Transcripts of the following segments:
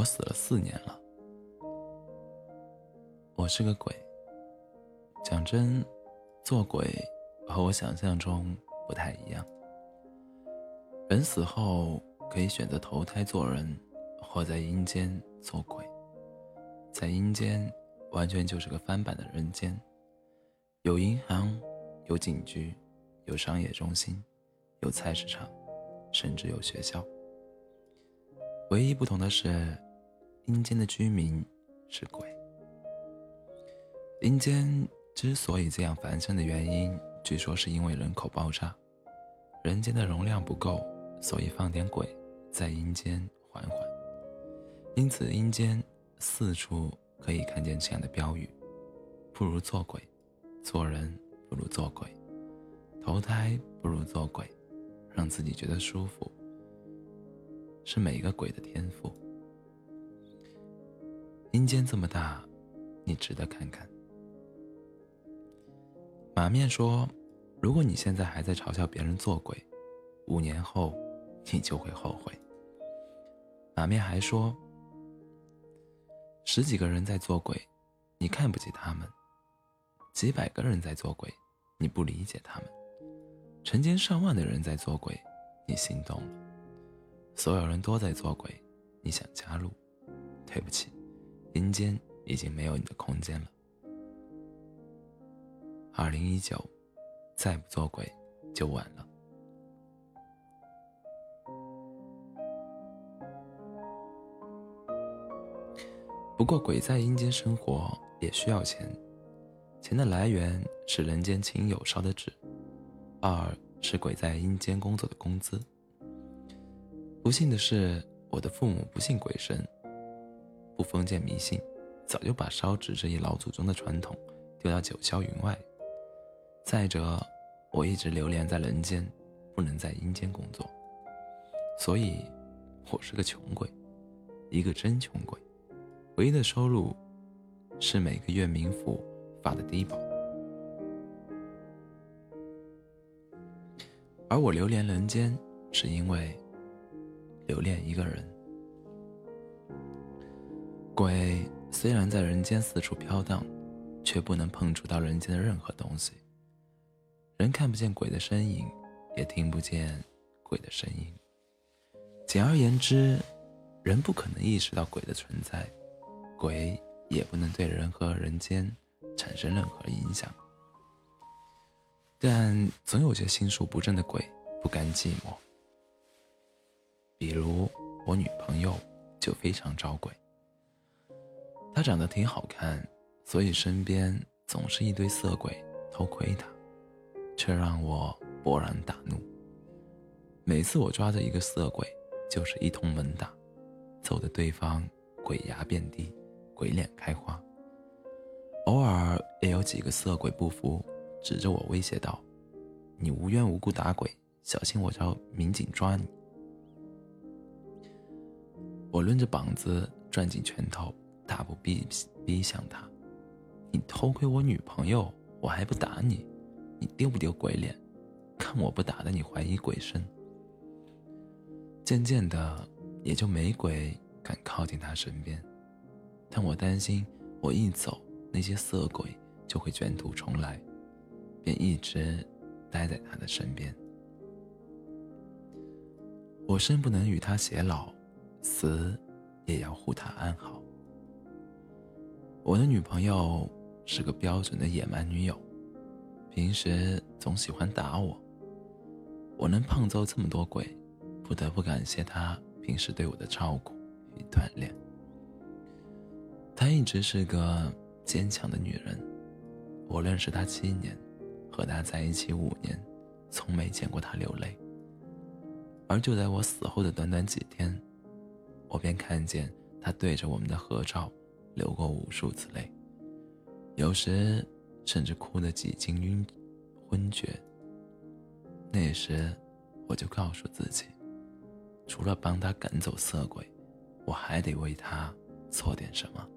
我死了4年了。我是个鬼。讲真，做鬼和我想象中不太一样。人死后可以选择投胎做人，或在阴间做鬼。在阴间完全就是个翻版的人间，有银行，有警局，有商业中心，有菜市场，甚至有学校。唯一不同的是，阴间的居民是鬼。阴间之所以这样繁盛的原因，据说是因为人口爆炸，人间的容量不够，所以放点鬼在阴间缓缓。因此阴间四处可以看见这样的标语：不如做鬼，做人不如做鬼，投胎不如做鬼，让自己觉得舒服，是每个鬼的天赋。阴间这么大，你值得看看。马面说，如果你现在还在嘲笑别人做鬼，5年后你就会后悔。马面还说，10几个人在做鬼，你看不起他们；几百个人在做鬼，你不理解他们；成千上万的人在做鬼，你心动了；所有人都在做鬼，你想加入。对不起，阴间已经没有你的空间了。2019，再不做鬼就晚了。不过鬼在阴间生活也需要钱，钱的来源是人间亲友烧的纸，2是鬼在阴间工作的工资。不幸的是，我的父母不信鬼神，不封建迷信，早就把烧纸这一老祖宗的传统丢到九霄云外。再者，我一直流连在人间，不能在阴间工作，所以我是个穷鬼，一个真穷鬼。唯一的收入是每个月冥府发的低保。而我流连人间，是因为留恋一个人。鬼虽然在人间四处飘荡，却不能碰触到人间的任何东西。人看不见鬼的身影，也听不见鬼的声音。简而言之，人不可能意识到鬼的存在，鬼也不能对人和人间产生任何影响。但总有些心术不正的鬼不甘寂寞，比如我女朋友就非常招鬼。她长得挺好看，所以身边总是一堆色鬼偷窥她，这让我勃然大怒。每次我抓着一个色鬼，就是一通猛打，揍得对方鬼牙遍地，鬼脸开花。偶尔也有几个色鬼不服，指着我威胁道：“你无缘无故打鬼，小心我叫民警抓你。”我抡着膀子攥紧拳头，大步逼向他：“你偷窥我女朋友，我还不打你？你丢不丢鬼脸？看我不打得你怀疑鬼身。”渐渐的，也就没鬼敢靠近他身边。但我担心我一走，那些色鬼就会卷土重来，便一直待在他的身边。我生不能与他偕老，死也要护他安好。我的女朋友是个标准的野蛮女友，平时总喜欢打我。我能胖揍这么多鬼，不得不感谢她平时对我的照顾与锻炼。她一直是个坚强的女人，我认识她7年，和她在一起5年，从没见过她流泪。而就在我死后的短短几天，我便看见她对着我们的合照流过无数次泪，有时甚至哭得几近昏厥。那时我就告诉自己，除了帮她赶走色鬼，我还得为她做点什么。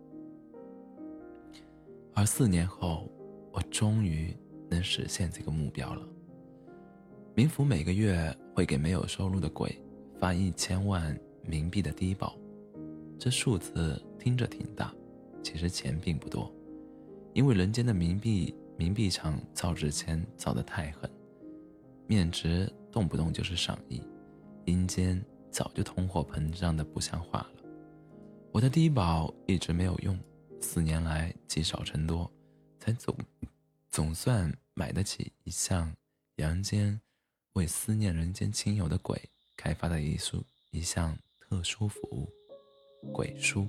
而4年后，我终于能实现这个目标了。冥府每个月会给没有收入的鬼发1000万冥币的低保， 这数字听着挺大，其实钱并不多，因为人间的冥币厂造纸钱造得太狠，面值动不动就是上亿，阴间早就通货膨胀的不像话了。我的低保一直没有用，4年来积少成多，才总算买得起一项阳间为思念人间亲友的鬼开发的一项特殊服务——鬼书。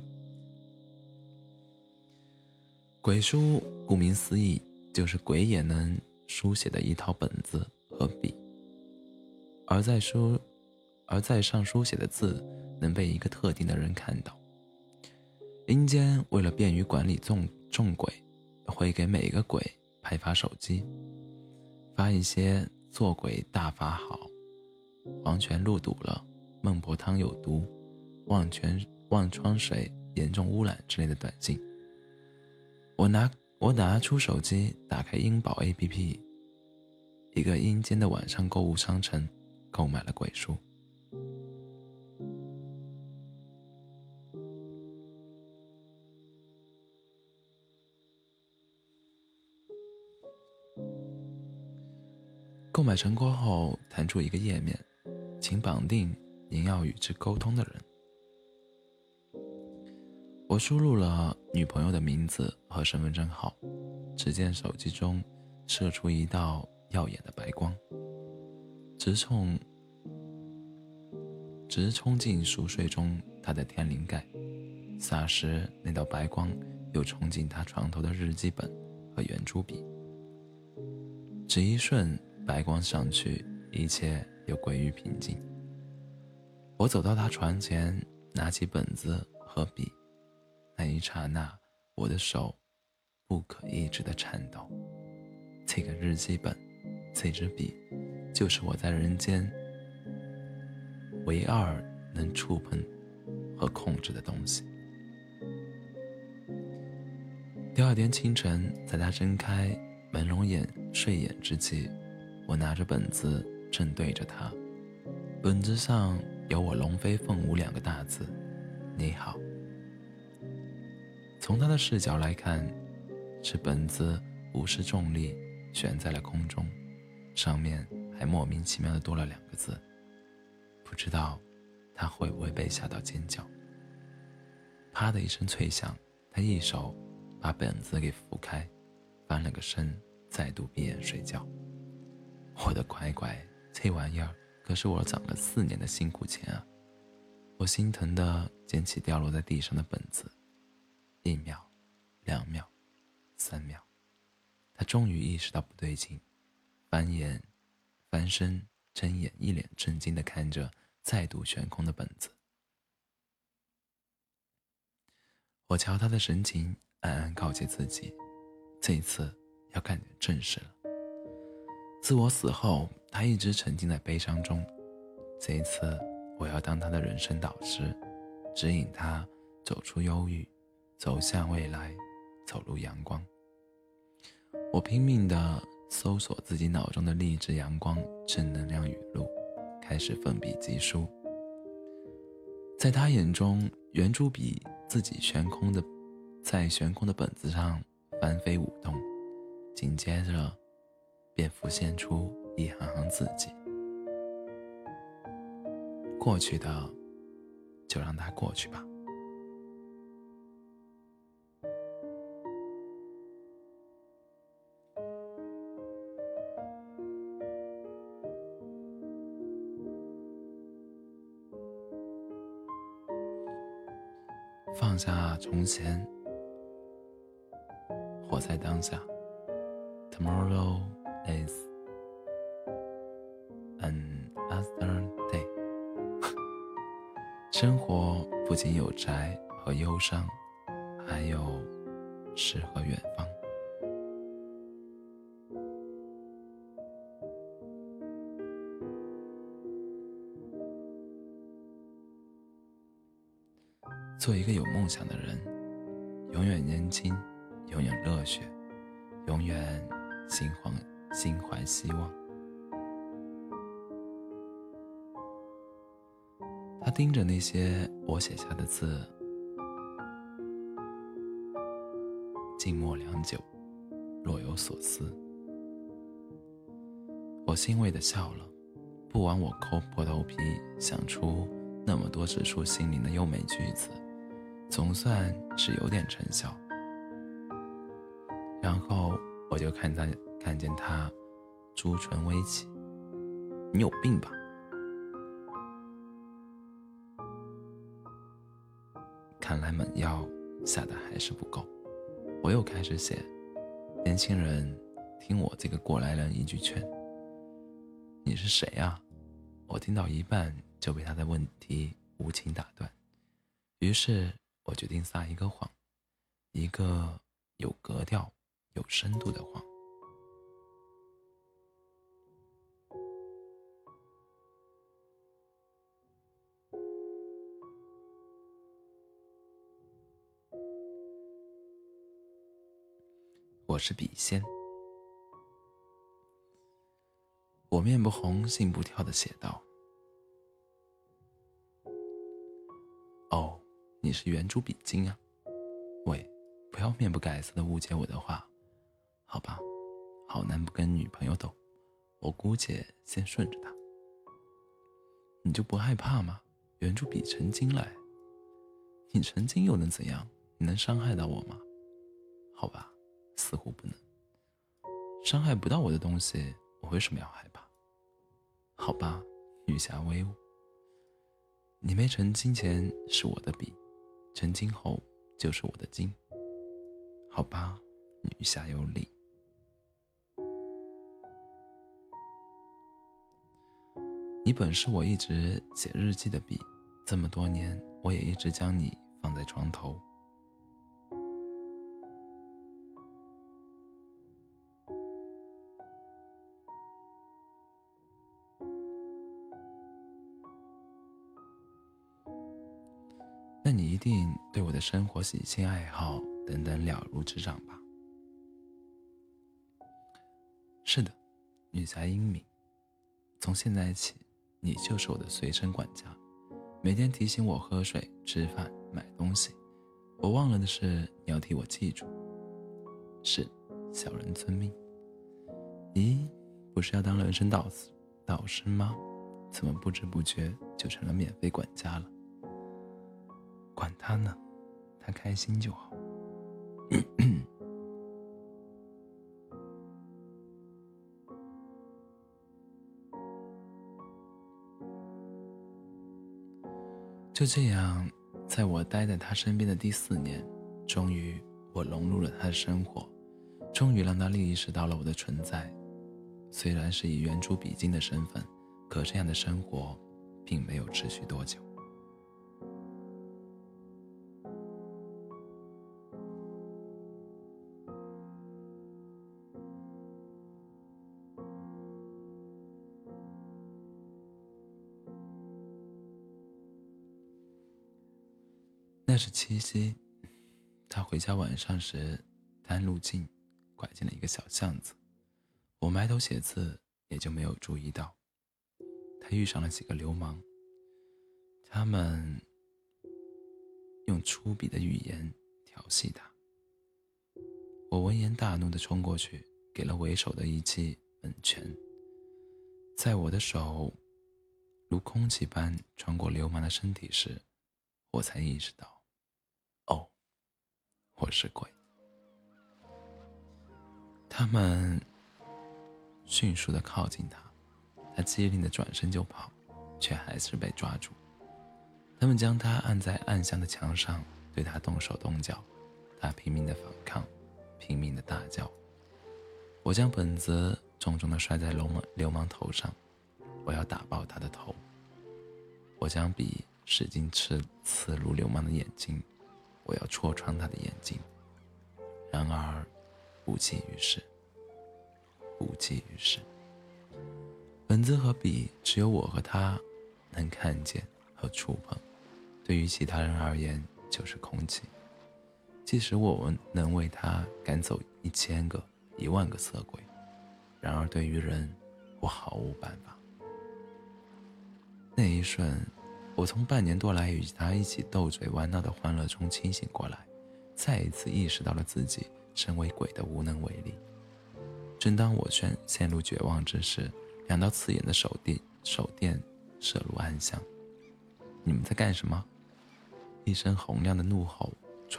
鬼书顾名思义，就是鬼也能书写的一套本子和笔，而在上书写的字能被一个特定的人看到。阴间为了便于管理众鬼，会给每个鬼派发手机，发一些做鬼大法好、黄泉路堵了、孟婆汤有毒、忘川水严重污染之类的短信。我拿出手机，打开阴宝 APP， 一个阴间的晚上购物商城，购买了鬼书。购买成功后，弹出一个页面，请绑定您要与之沟通的人。我输入了女朋友的名字和身份证号，只见手机中射出一道耀眼的白光，直冲进熟睡中她的天灵盖。霎时，那道白光又冲进她床头的日记本和圆珠笔。只一瞬，白光上去，一切又归于平静。我走到她床前，拿起本子和笔，那一刹那，我的手不可抑制地颤抖。这个日记本，这支笔，就是我在人间唯二能触碰和控制的东西。第二天清晨，在他睁开朦胧睡眼之际，我拿着本子正对着他，本子上有我龙飞凤舞2个大字：你好。从他的视角来看，是本子无视重力悬在了空中，上面还莫名其妙的多了2个字，不知道他会不会被吓到尖叫。啪的一声脆响，他一手把本子给拂开，翻了个身，再度闭眼睡觉。我的乖乖，这玩意儿可是我攒了4年的辛苦钱啊！我心疼地捡起掉落在地上的本子，1秒、2秒、3秒，他终于意识到不对劲，翻身睁眼，一脸震惊地看着再度悬空的本子。我瞧他的神情，暗暗告诫自己，这一次要干点正事了。自我死后，他一直沉浸在悲伤中，这一次我要当他的人生导师，指引他走出忧郁，走向未来，走入阳光。我拼命地搜索自己脑中的励志阳光正能量语录，开始奋笔疾书。在他眼中，圆珠笔在悬空的本子上翻飞舞动，紧接着便浮现出一行行字迹：过去的就让它过去吧。放下从前，活在当下。 Tomorrow is another day 生活不仅有宅和忧伤，还有诗和远方。做一个有梦想的人，永远年轻，永远热血，永远心怀希望。他盯着那些我写下的字， 静默良久，若有所思。我欣慰地笑了，不枉我抠破头皮想出那么多直抒心灵的优美句子，总算是有点成效。然后我就看见他朱唇微起，你有病吧？看来猛药下的还是不够，我又开始写，年轻人听我这个过来人一句劝。你是谁啊？我听到一半就被他的问题无情打断，于是我决定撒一个谎，一个有格调有深度的谎。我是笔仙。我面不红心不跳地写道：哦，你是圆珠笔精啊？喂，不要面不改色地误解我的话。好吧，好男不跟女朋友斗，我姑且先顺着他。你就不害怕吗？圆珠笔成精了。你成精又能怎样？你能伤害到我吗？好吧，似乎不能。伤害不到我的东西，我为什么要害怕？好吧，女侠威武。你没成精前是我的笔，成精后就是我的精。好吧，女侠有理。你本是我一直写日记的笔，这么多年我也一直将你放在床头。那你一定对我的生活习性爱好等等了如指掌吧？是的，女侠英明。从现在起，你就是我的随身管家，每天提醒我喝水、吃饭、买东西。我忘了的事，你要替我记住。是，小人遵命。咦，不是要当人生导师吗？怎么不知不觉就成了免费管家了？管他呢，他开心就好。就这样，在我待在他身边的第4年，终于我融入了他的生活，终于让他意识到了我的存在。虽然是以圆珠笔精的身份，可这样的生活并没有持续多久。那是7夕，他回家晚上时，单路径拐进了一个小巷子，我埋头写字，也就没有注意到。他遇上了几个流氓，他们用粗鄙的语言调戏他。我闻言大怒地冲过去，给了为首的一记猛拳。在我的手如空气般穿过流氓的身体时，我才意识到，哦，我是鬼。他们迅速地靠近他，他机灵地转身就跑，却还是被抓住。他们将他按在暗巷的墙上，对他动手动脚，他拼命地反抗，拼命地大叫。我将本子重重地摔在流氓头上，我要打爆他的头。我将笔使劲刺入流氓的眼睛，我要戳穿他的眼睛。然而无济于事，无济于事。本子和笔只有我和他能看见和触碰，对于其他人而言就是空气。即使我们能为他赶走1000个、10000个色鬼，然而对于人，我毫无办法。那一瞬，我从半年多来与他一起斗嘴玩闹的欢乐中清醒过来，再一次意识到了自己身为鬼的无能为力。正当我陷入绝望之时，2道刺眼的手电射入暗巷。你们在干什么？一声洪亮的怒吼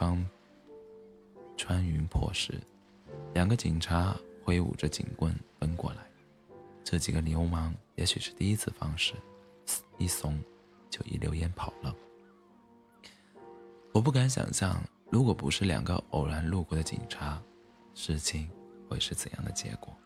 穿云破石，2个警察挥舞着警棍奔过来。这几个流氓也许是第一次放肆，一怂就一溜烟跑了。我不敢想象，如果不是2个偶然路过的警察，事情会是怎样的结果。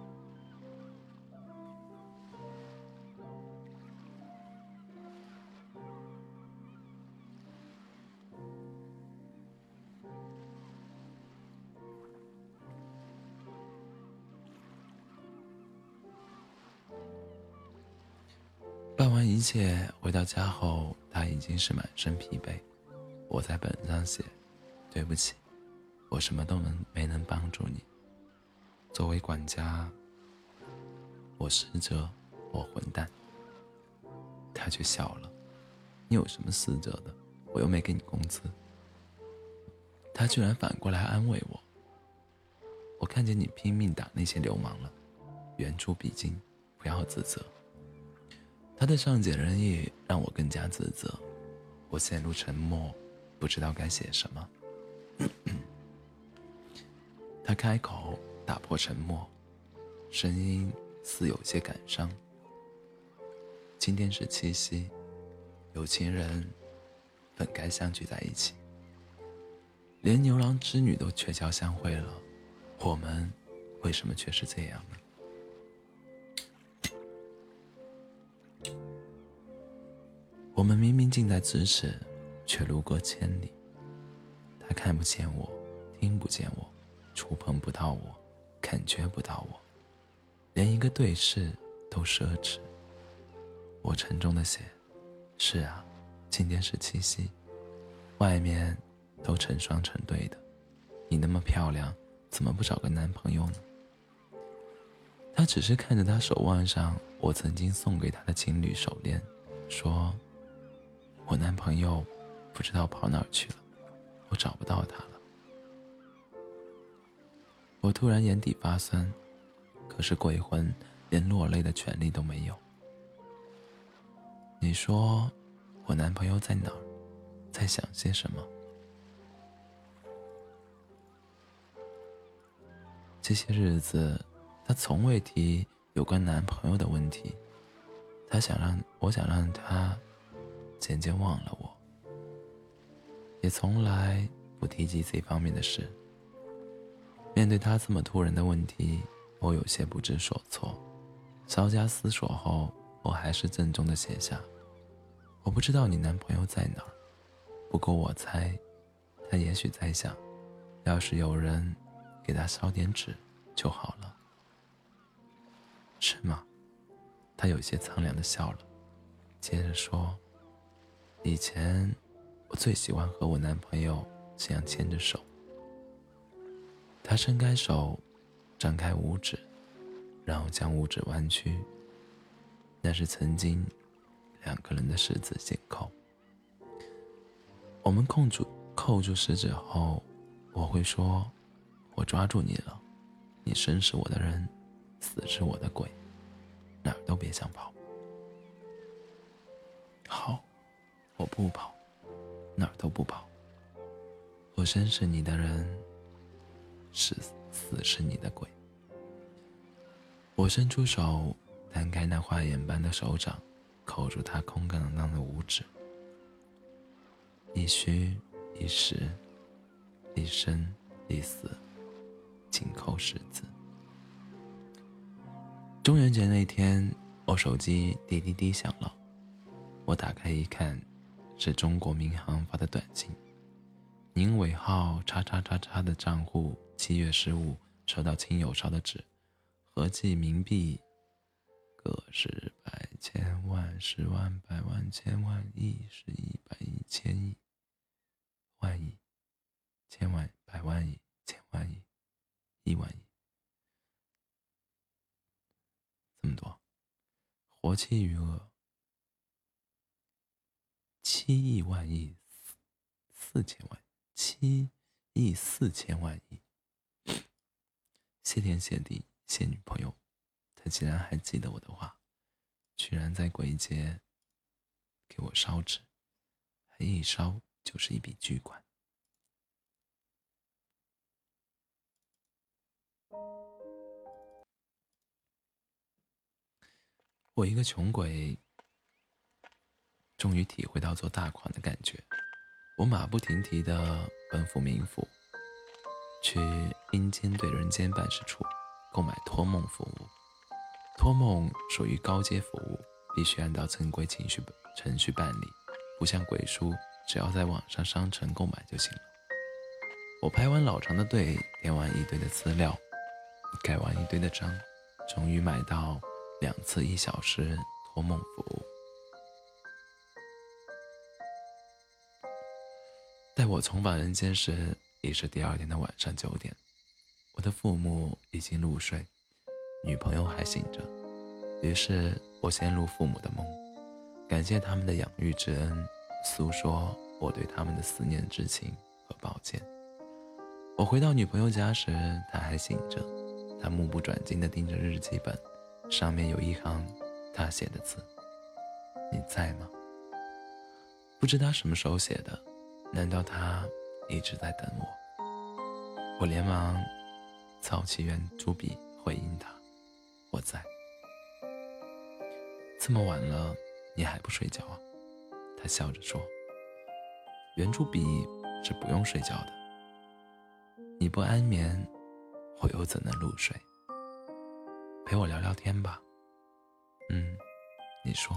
办完一切回到家后，他已经是满身疲惫。我在本上写：对不起，我什么都没能帮助你。作为管家，我失责，我混蛋。他却笑了：你有什么失责的？我又没给你工资。他居然反过来安慰我：我看见你拼命打那些流氓了，缘出必经，不要自责。他的善解人意让我更加自责，我陷入沉默，不知道该写什么。他开口打破沉默，声音似有些感伤。今天是7夕，有情人本该相聚在一起，连牛郎织女都鹊桥相会了，我们为什么却是这样呢？我们明明近在咫尺，却路隔千里。他看不见我，听不见我，触碰不到我，感觉不到我，连一个对视都奢侈。我沉重地写：是啊，今天是7夕，外面都成双成对的，你那么漂亮，怎么不找个男朋友呢？他只是看着他手腕上我曾经送给他的情侣手链，说：我男朋友不知道跑哪儿去了，我找不到他了。我突然眼底发酸，可是鬼魂连落泪的权利都没有。你说我男朋友在哪儿，在想些什么？这些日子他从未提有关男朋友的问题，我想让他渐渐忘了我，也从来不提及这方面的事。面对他这么突然的问题，我有些不知所措。稍加思索后，我还是郑重地写下：我不知道你男朋友在哪儿，不过我猜他也许在想，要是有人给他烧点纸就好了。是吗？他有些苍凉地笑了，接着说：以前我最喜欢和我男朋友这样牵着手。他伸开手，张开五指，然后将五指弯曲，那是曾经2个人的十字紧扣。我们扣住食指后，我会说：我抓住你了，你生是我的人，死是我的鬼，哪儿都别想跑。好，我不跑，哪儿都不跑。我生是你的人，死是你的鬼。我伸出手，摊开那花眼般的手掌，扣住他空荡荡的五指。一虚一实，一生一死，紧扣十字。中元节那天，我手机滴滴滴响了，我打开一看，是中国民航发的短信：您尾号叉叉叉叉的账户7月15收到亲友烧的纸，合计冥币个十百千万十万百万千万亿十亿百亿千亿万亿千万百万亿千万亿亿万亿，这么多，活期余额7亿万亿4千万，7亿4千万亿。 谢天谢地谢女朋友，她竟然还记得我的话，居然在鬼节给我烧纸，还一烧就是一笔巨款。我一个穷鬼，终于体会到做大款的感觉。我马不停蹄地奔赴冥府，去阴间对人间办事处购买托梦服务。托梦属于高阶服务，必须按照正规程序办理，不像鬼书，只要在网上商城购买就行了。我排完老长的队，填完一堆的资料，盖完一堆的章，终于买到2次1小时托梦服务。待我重返人间时，已是第2天的晚上9点。我的父母已经入睡，女朋友还醒着。于是我先入父母的梦，感谢他们的养育之恩，诉说我对他们的思念之情和抱歉。我回到女朋友家时，她还醒着，她目不转睛地盯着日记本，上面有一行她写的字：你在吗？不知她什么时候写的，难道她一直在等我？我连忙操起圆珠笔回应她：我在。这么晚了，你还不睡觉啊？她笑着说：圆珠笔是不用睡觉的。你不安眠，我又怎能入睡？陪我聊聊天吧。你说。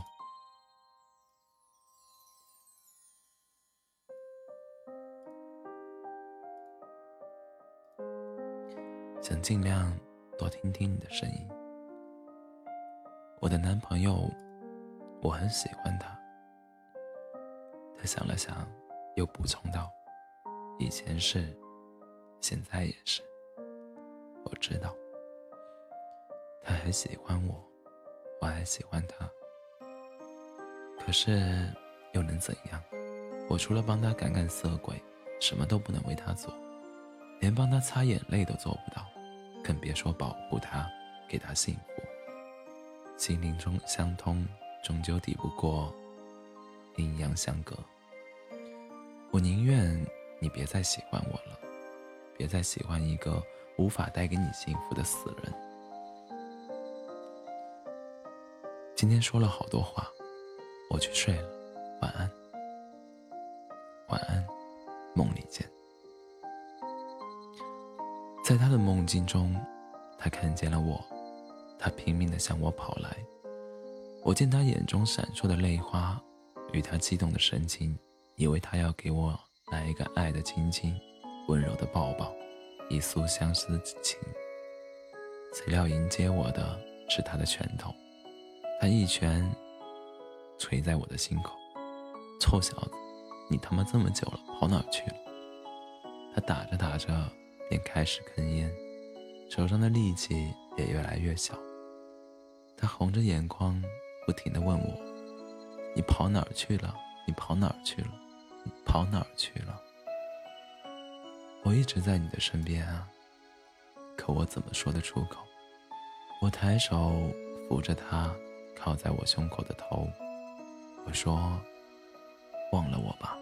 想尽量多听听你的声音。我的男朋友，我很喜欢他。他想了想，又补充道：以前是，现在也是。我知道，他还喜欢我，我还喜欢他。可是又能怎样？我除了帮他赶赶色鬼，什么都不能为他做，连帮他擦眼泪都做不到，更别说保护他，给他幸福。心灵中相通，终究抵不过阴阳相隔。我宁愿你别再喜欢我了，别再喜欢一个无法带给你幸福的死人。今天说了好多话，我去睡了，晚安。晚安，梦里见。在他的梦境中，他看见了我，他拼命地向我跑来。我见他眼中闪烁的泪花，与他激动的神情，以为他要给我来一个爱的亲亲，温柔的抱抱，一诉相思之情。谁料迎接我的是他的拳头，他一拳捶在我的心口。臭小子，你他妈这么久了，跑哪儿去了？他打着打着便开始哽咽，手上的力气也越来越小。他红着眼眶，不停地问我：你跑哪儿去了？你跑哪儿去了？你跑哪儿去了？我一直在你的身边啊，可我怎么说得出口？我抬手扶着他靠在我胸口的头，我说：忘了我吧。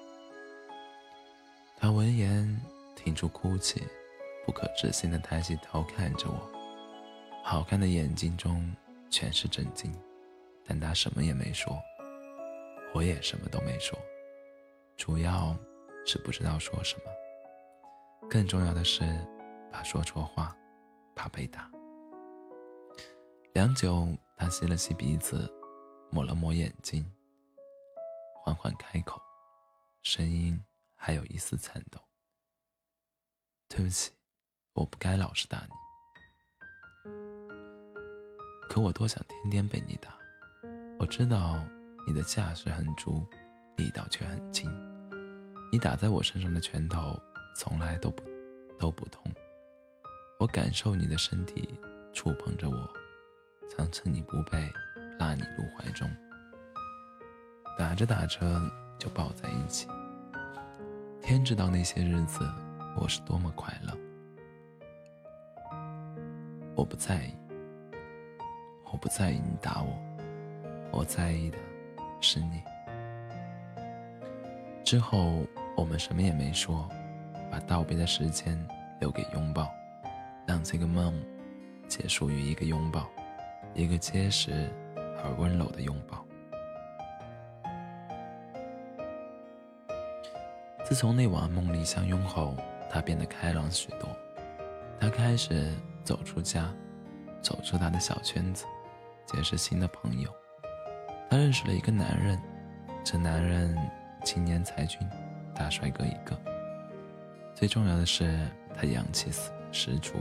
他闻言停住哭泣，不可置信地抬起头看着我，好看的眼睛中全是震惊，但他什么也没说，我也什么都没说，主要是不知道说什么，更重要的是怕说错话，怕被打。良久，他吸了吸鼻子，抹了抹眼睛，缓缓开口，声音还有一丝颤抖：对不起，我不该老是打你。可我多想天天被你打。我知道你的架势很足，力道却很轻。你打在我身上的拳头从来都不痛。我感受你的身体触碰着我，常趁你不备拉你入怀中，打着打着就抱在一起。天知道那些日子我是多么快乐。 我不在意，我不在意你打我，我在意的是你。之后我们什么也没说，把道别的时间留给拥抱，让这个梦结束于一个拥抱，一个结实而温柔的拥抱。自从那晚梦里相拥后，他变得开朗许多。他开始走出家，走出他的小圈子，结识新的朋友。他认识了一个男人，这男人青年才俊，大帅哥一个。最重要的是，他阳气十足。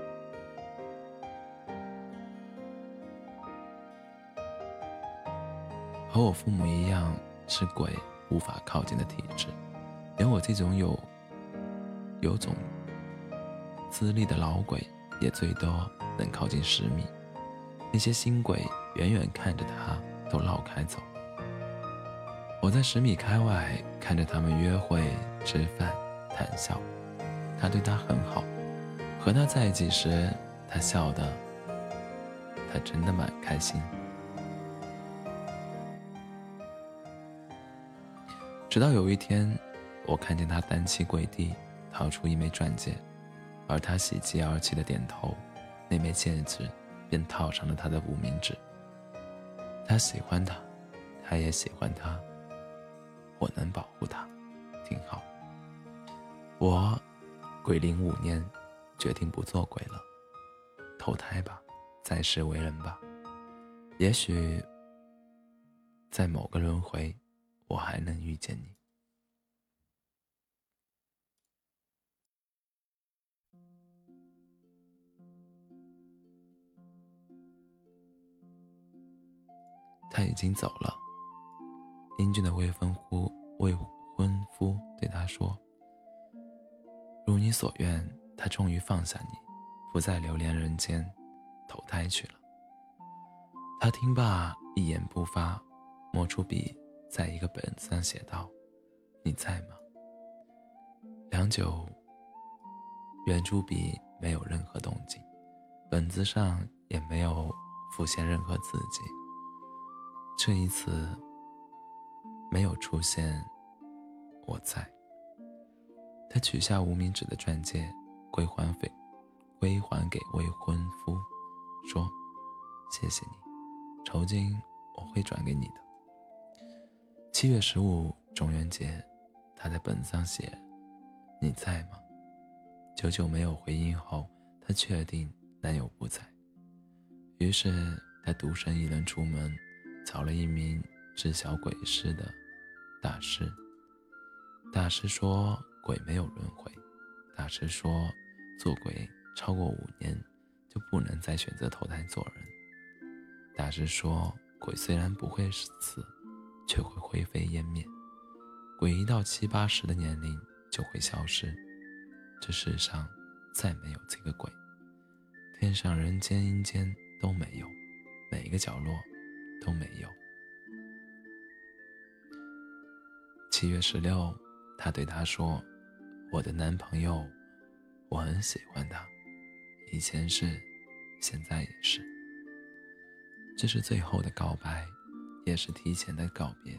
和我父母一样，是鬼无法靠近的体质。连我这种有种资历的老鬼，也最多能靠近10米。那些新鬼远远看着他，都绕开走。我在10米开外看着他们约会、吃饭、谈笑。他对他很好，和他在一起时，他笑得，他真的蛮开心。直到有一天，我看见他单膝跪地，掏出一枚钻戒，而他喜极而泣的点头，那枚戒指便套上了他的无名指。他喜欢他，他也喜欢他，我能保护他，挺好。我鬼龄5年，决定不做鬼了，投胎吧，再世为人吧。也许在某个轮回，我还能遇见你。他已经走了。英俊的未婚夫对他说：“如你所愿，他终于放下你，不再流连人间，投胎去了。”他听罢一言不发，摸出笔，在一个本子上写道：“你在吗？”良久，圆珠笔没有任何动静，本子上也没有浮现任何字迹。这一次没有出现我在。他取下无名指的钻戒，归还给未婚夫，说：“谢谢你，酬金我会转给你的。”7月15中元节，他在本子上写：“你在吗？”久久没有回应后，他确定男友不在，于是他独身一人出门，找了一名知晓鬼事的大师。大师说鬼没有轮回，大师说做鬼超过5年就不能再选择投胎做人。大师说鬼虽然不会死，却会灰飞烟灭，鬼一到70、80的年龄就会消失，这世上再没有这个鬼，天上人间阴间都没有，每一个角落都没有。7月16，他对他说：“我的男朋友，我很喜欢他，以前是，现在也是。”这是最后的告白，也是提前的告别。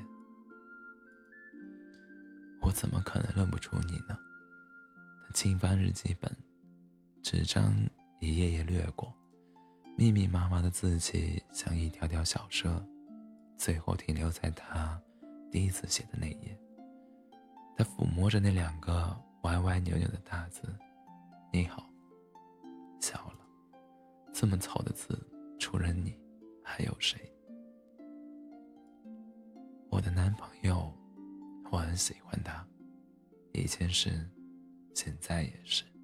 我怎么可能认不出你呢？他轻翻日记本，纸张一页页掠过，密密麻麻的字迹像一条条小蛇，最后停留在他第一次写的那页。他抚摸着那2个歪歪扭扭的大字：“你好。”笑了，这么丑的字，除了你还有谁？我的男朋友，我很喜欢他，以前是，现在也是。